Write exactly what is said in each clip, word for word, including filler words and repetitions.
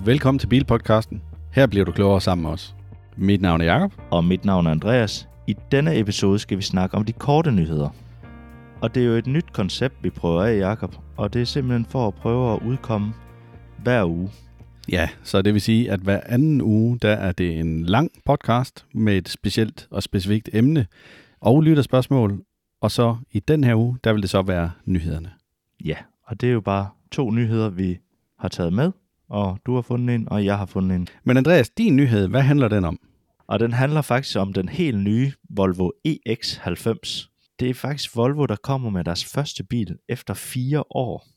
Velkommen til Bilpodcasten. Her bliver du klogere sammen med os. Mit navn er Jakob. Og mit navn er Andreas. I denne episode skal vi snakke om de korte nyheder. Og det er jo et nyt koncept, vi prøver af, Jakob. Og det er simpelthen for at prøve at udkomme hver uge. Ja, så det vil sige, at hver anden uge, der er det en lang podcast med et specielt og specifikt emne og lytterspørgsmål. Og så i den her uge, der vil det så være nyhederne. Ja, og det er jo bare to nyheder, vi har taget med. Og du har fundet en, og jeg har fundet en. Men Andreas, din nyhed, hvad handler den om? Og den handler faktisk om den helt nye Volvo E X halvfems. Det er faktisk Volvo, der kommer med deres første bil efter fire år.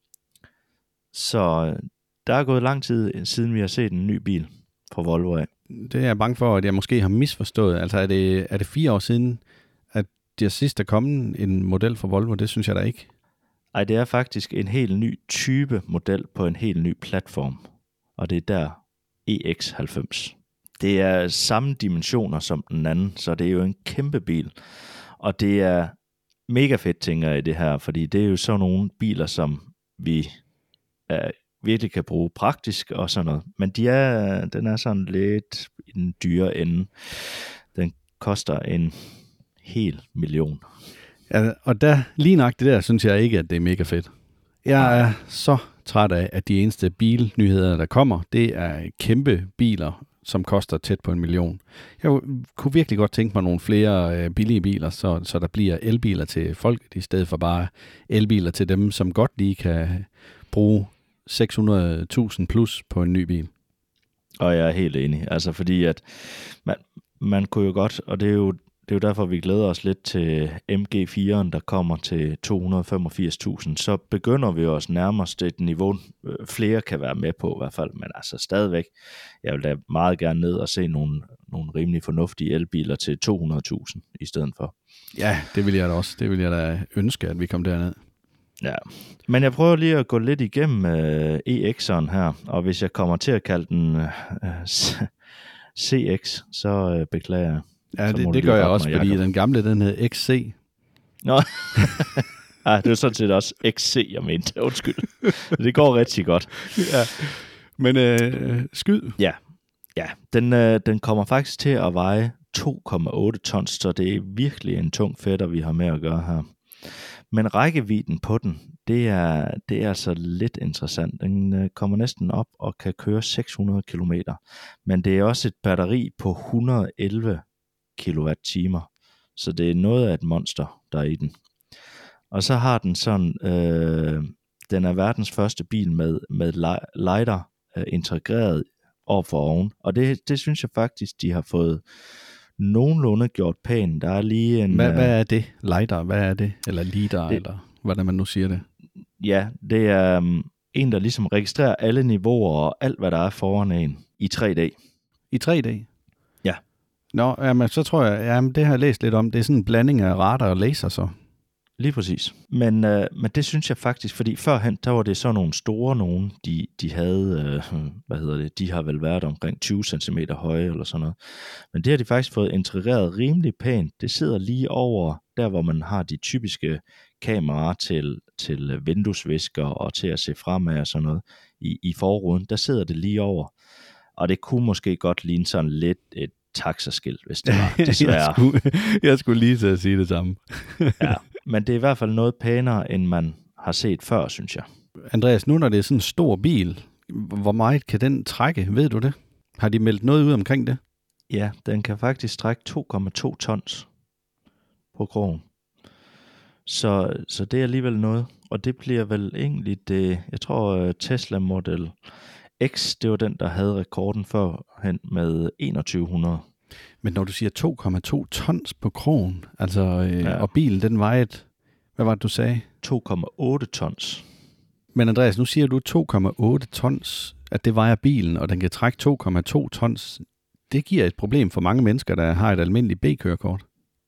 Så der er gået lang tid, siden vi har set en ny bil fra Volvo af. Det er jeg bange for, at jeg måske har misforstået. Altså er det, er det fire år siden, at der sidst er kommet en model fra Volvo? Det synes jeg da ikke. Ej, det er faktisk en helt ny type model på en helt ny platform. Og det er der E X halvfems. Det er samme dimensioner som den anden, så det er jo en kæmpe bil. Og det er mega fedt, tænker jeg, i det her, fordi det er jo sådan nogle biler, som vi er, virkelig kan bruge praktisk og sådan noget. Men de er, den er sådan lidt i den dyre ende. Den koster en hel million. Ja, og der, lige nok det der, synes jeg ikke, at det er mega fedt. Jeg er så træt af, at de eneste bilnyheder, der kommer, det er kæmpe biler, som koster tæt på en million. Jeg kunne virkelig godt tænke mig nogle flere øh, billige biler, så, så der bliver elbiler til folk, i stedet for bare elbiler til dem, som godt lige kan bruge seks hundrede tusind plus på en ny bil. Og jeg er helt enig, altså fordi at man, man kunne jo godt, og det er jo Det er jo derfor, vi glæder os lidt til M G fire'en, der kommer til to hundrede og femogfirs tusind. Så begynder vi os nærmest et niveau, flere kan være med på i hvert fald. Men altså stadigvæk, jeg vil da meget gerne ned og se nogle, nogle rimelig fornuftige elbiler til to hundrede tusind i stedet for. Ja, det vil jeg da også. Det vil jeg da ønske, at vi kom derned. Ja, men jeg prøver lige at gå lidt igennem uh, E X'eren her. Og hvis jeg kommer til at kalde den uh, C X, så uh, beklager jeg. Ja, det, det gør jeg også, mig, fordi den gamle, den hed X C. Nå, ah, det er sådan set også X C, jeg mente. Undskyld. Det går rigtig godt. Ja. Men øh, skyd. Ja, ja. Den, øh, den kommer faktisk til at veje to komma otte tons, så det er virkelig en tung fætter, vi har med at gøre her. Men rækkevidden på den, det er, det er altså lidt interessant. Den øh, kommer næsten op og kan køre seks hundrede kilometer. Men det er også et batteri på et hundrede og elleve kilowatt-timer. Så det er noget af et monster, der er i den. Og så har den sådan, øh, den er verdens første bil med, med lidar øh, integreret over for oven. Og det, det synes jeg faktisk, de har fået nogenlunde gjort pænt. Der er lige en... Hvad, øh, hvad er det? Lidar, hvad er det? Eller lidar, det, eller hvordan man nu siger det? Ja, det er um, en, der ligesom registrerer alle niveauer og alt, hvad der er foran en i tre D. I tre D? Ja. Nå, jamen, så tror jeg, jamen, det har jeg læst lidt om. Det er sådan en blanding af radar og laser så. Lige præcis. Men, øh, men det synes jeg faktisk, fordi førhen, der var det så nogle store nogen, de, de havde, øh, hvad hedder det, de har vel været omkring tyve centimeter høje eller sådan noget. Men det har de faktisk fået integreret rimelig pænt. Det sidder lige over, der hvor man har de typiske kameraer til, til vinduesvisker og til at se fremad og sådan noget i, i forruden. Der sidder det lige over. Og det kunne måske godt ligne sådan lidt et taxaskilt, hvis det var, desværre. jeg, skulle, jeg skulle lige til at sige det samme. Ja, men det er i hvert fald noget pænere, end man har set før, synes jeg. Andreas, nu når det er sådan en stor bil, hvor meget kan den trække? Ved du det? Har de meldt noget ud omkring det? Ja, den kan faktisk trække to komma to tons på krogen. Så, så det er alligevel noget. Og det bliver vel egentlig det, jeg tror Tesla Model X, det var den, der havde rekorden førhen med enogtyve hundrede. Men når du siger to komma to tons på krogen, altså, øh, ja. Og bilen, den vejede, hvad var det, du sagde? to komma otte tons. Men Andreas, nu siger du to komma otte tons, at det vejer bilen, og den kan trække to komma to tons. Det giver et problem for mange mennesker, der har et almindeligt B-kørekort.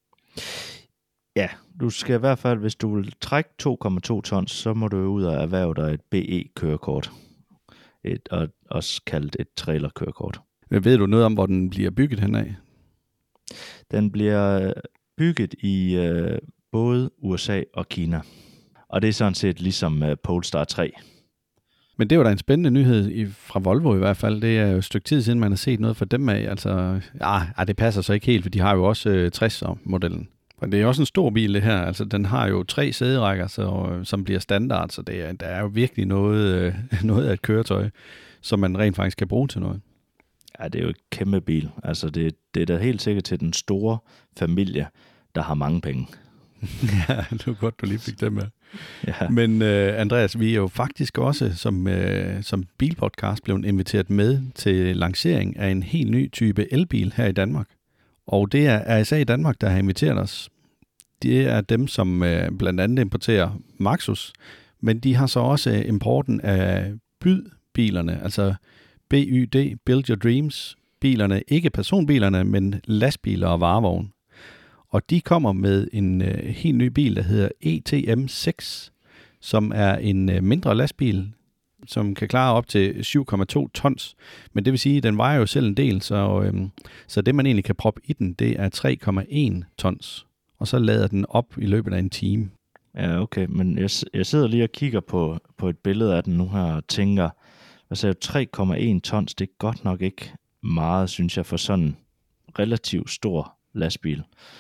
Ja, du skal i hvert fald, hvis du vil trække to komma to tons, så må du ud og erhverve dig et B E-kørekort. Et, og også kaldt et trailerkørekort. Men ved du noget om, hvor den bliver bygget henad? Den bliver bygget i øh, både U S A og Kina. Og det er sådan set ligesom øh, Polestar tre. Men det var da en spændende nyhed i, fra Volvo i hvert fald. Det er jo et stykke tid siden, man har set noget fra dem af. Altså, ja, det passer så ikke helt, for de har jo også øh, tres-modellen. Og det er også en stor bil, det her. Altså, den har jo tre sæderækker, så, som bliver standard, så det er, der er jo virkelig noget, øh, noget af et køretøj, som man rent faktisk kan bruge til noget. Ja, det er jo et kæmpe bil. Altså, det, det er da helt sikkert til den store familie, der har mange penge. Ja, det var godt, du lige fik det med. Ja. Men uh, Andreas, vi er jo faktisk også som, uh, som bilpodcast blevet inviteret med til lancering af en helt ny type elbil her i Danmark. Og det er R S A i Danmark, der har inviteret os. Det er dem, som uh, blandt andet importerer Maxus, men de har så også importen af bydbilerne, altså B Y D, Build Your Dreams, bilerne, ikke personbilerne, men lastbiler og varevogne. Og de kommer med en øh, helt ny bil, der hedder E T M seks, som er en øh, mindre lastbil, som kan klare op til syv komma to tons. Men det vil sige, at den vejer jo selv en del, så, øh, så det man egentlig kan proppe i den, det er tre komma en tons. Og så lader den op i løbet af en time. Ja, okay, men jeg, jeg sidder lige og kigger på, på et billede af den nu her og tænker, hvad sagde tre komma en tons, det er godt nok ikke meget, synes jeg, for sådan en relativt stor lastbil.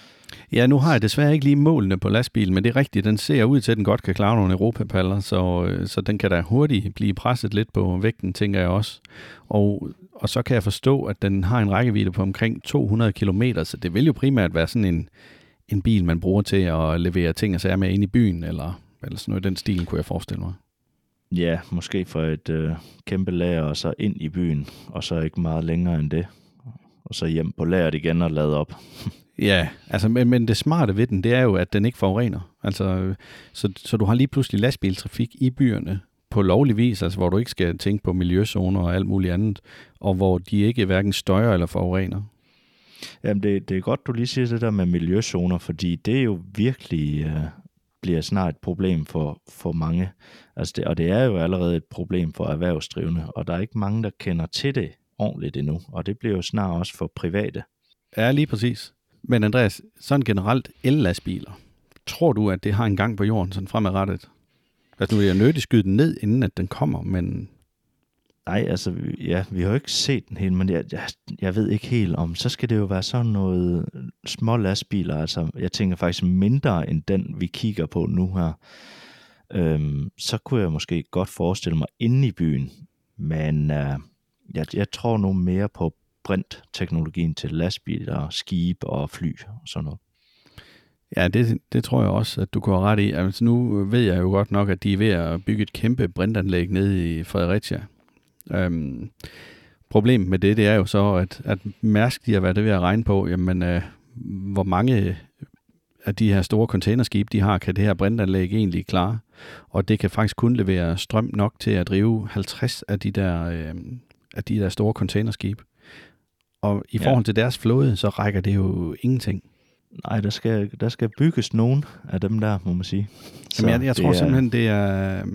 Ja, nu har jeg desværre ikke lige målene på lastbilen, men det er rigtigt, den ser ud til, at den godt kan klare nogle europapaller, så, så den kan da hurtigt blive presset lidt på vægten, tænker jeg også. Og, og så kan jeg forstå, at den har en rækkevidde på omkring to hundrede kilometer, så det vil jo primært være sådan en, en bil, man bruger til at levere ting og sager med ind i byen, eller, eller sådan noget i den stil, kunne jeg forestille mig. Ja, måske for et øh, kæmpe lager, og så ind i byen, og så ikke meget længere end det. Og så hjem på lageret igen og lade op. Ja, altså, men, men det smarte ved den, det er jo, at den ikke forurener. Altså, så, så du har lige pludselig lastbiltrafik i byerne på lovlig vis, altså hvor du ikke skal tænke på miljøzoner og alt muligt andet, og hvor de ikke hverken støjer eller forurener. Jamen, det, det er godt, du lige siger det der med miljøzoner, fordi det er jo virkelig øh, bliver snart et problem for, for mange. Altså det, og det er jo allerede et problem for erhvervsdrivende, og der er ikke mange, der kender til det ordentligt endnu, og det bliver jo snart også for private. Ja, lige præcis. Men Andreas, sådan generelt el-lastbiler, tror du, at det har en gang på jorden sådan fremadrettet? Altså nu vil jeg nødigt skyde den ned, inden at den kommer, men... Nej, altså, ja, vi har jo ikke set den helt, men jeg, jeg, jeg ved ikke helt om, så skal det jo være sådan noget små lastbiler, altså jeg tænker faktisk mindre end den, vi kigger på nu her. Øhm, så kunne jeg måske godt forestille mig inde i byen, men øh, jeg, jeg tror nu mere på brintteknologien til lastbiler, skibe og fly og sådan noget. Ja, det, det tror jeg også, at du kunne have ret i. Altså, nu ved jeg jo godt nok, at de er ved at bygge et kæmpe brintanlæg nede i Fredericia. Øhm, problemet med det, det er jo så, at, at Mærsk, de har været ved at regne på, jamen, øh, hvor mange af de her store containerskib, de har, kan det her brintanlæg egentlig klare. Og det kan faktisk kun levere strøm nok til at drive halvtreds af de der, øh, af de der store containerskib. Og i forhold til deres flåde, så rækker det jo ingenting. Nej, der skal, der skal bygges nogen af dem der, må man sige. Jamen, jeg, jeg tror er... simpelthen, det er...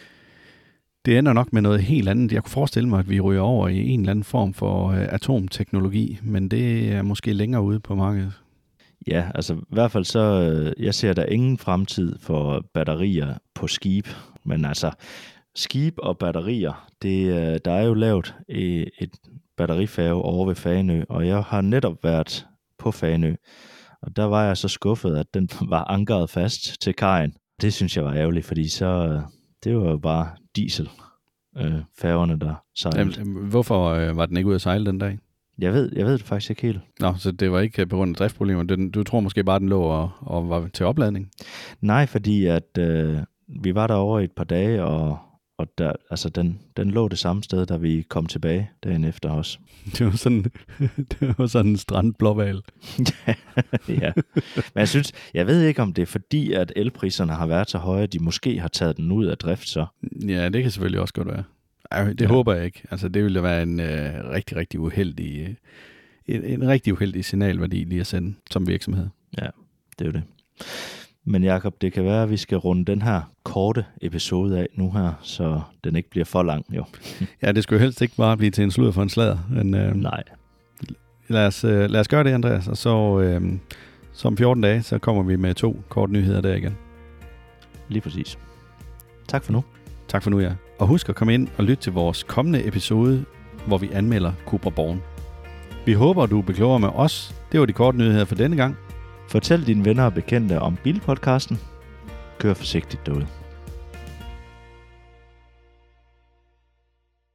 Det ender nok med noget helt andet. Jeg kunne forestille mig, at vi ryger over i en eller anden form for atomteknologi, men det er måske længere ude på markedet. Ja, altså i hvert fald så, jeg ser der ingen fremtid for batterier på skib, men altså skib og batterier, det, der er jo lavet et batterifærge over ved Fanø, og jeg har netop været på Fanø, og der var jeg så skuffet, at den var ankret fast til kajen. Det synes jeg var ærgerligt, fordi så, det var jo bare diesel, øh, færgerne der sejlede. Jamen, hvorfor øh, var den ikke ude at sejle den dag? Jeg ved, jeg ved det faktisk ikke helt. Nå, så det var ikke på grund af driftproblemer. Du, du tror måske bare, den lå og, og var til opladning? Nej, fordi at øh, vi var der over et par dage, og, og der, altså den, den lå det samme sted, da vi kom tilbage dagen efter os. Det var sådan, det var sådan en strandblåval. Ja, men jeg synes, jeg ved ikke, om det er fordi, at elpriserne har været så høje, at de måske har taget den ud af drift så. Ja, det kan selvfølgelig også godt være. Ej, det ja. håber jeg ikke. Altså, det ville være en øh, rigtig, rigtig uheldig, øh, en, en rigtig uheldig signalværdi lige at sende som virksomhed. Ja, det er jo det. Men Jakob, det kan være, at vi skal runde den her korte episode af nu her, så den ikke bliver for lang, jo. Ja, det skulle jo helst ikke bare blive til en sludder for en sladder. Men, øh, Nej. Lad os, øh, lad os gøre det, Andreas, og så, øh, så om fjorten dage, så kommer vi med to korte nyheder der igen. Lige præcis. Tak for nu. Tak for nu, ja. Og husk at komme ind og lytte til vores kommende episode, hvor vi anmelder Cupra Born. Vi håber, du bliver klogere med os. Det var de korte nyheder for denne gang. Fortæl dine venner og bekendte om Bilpodcasten. Kør forsigtigt derude.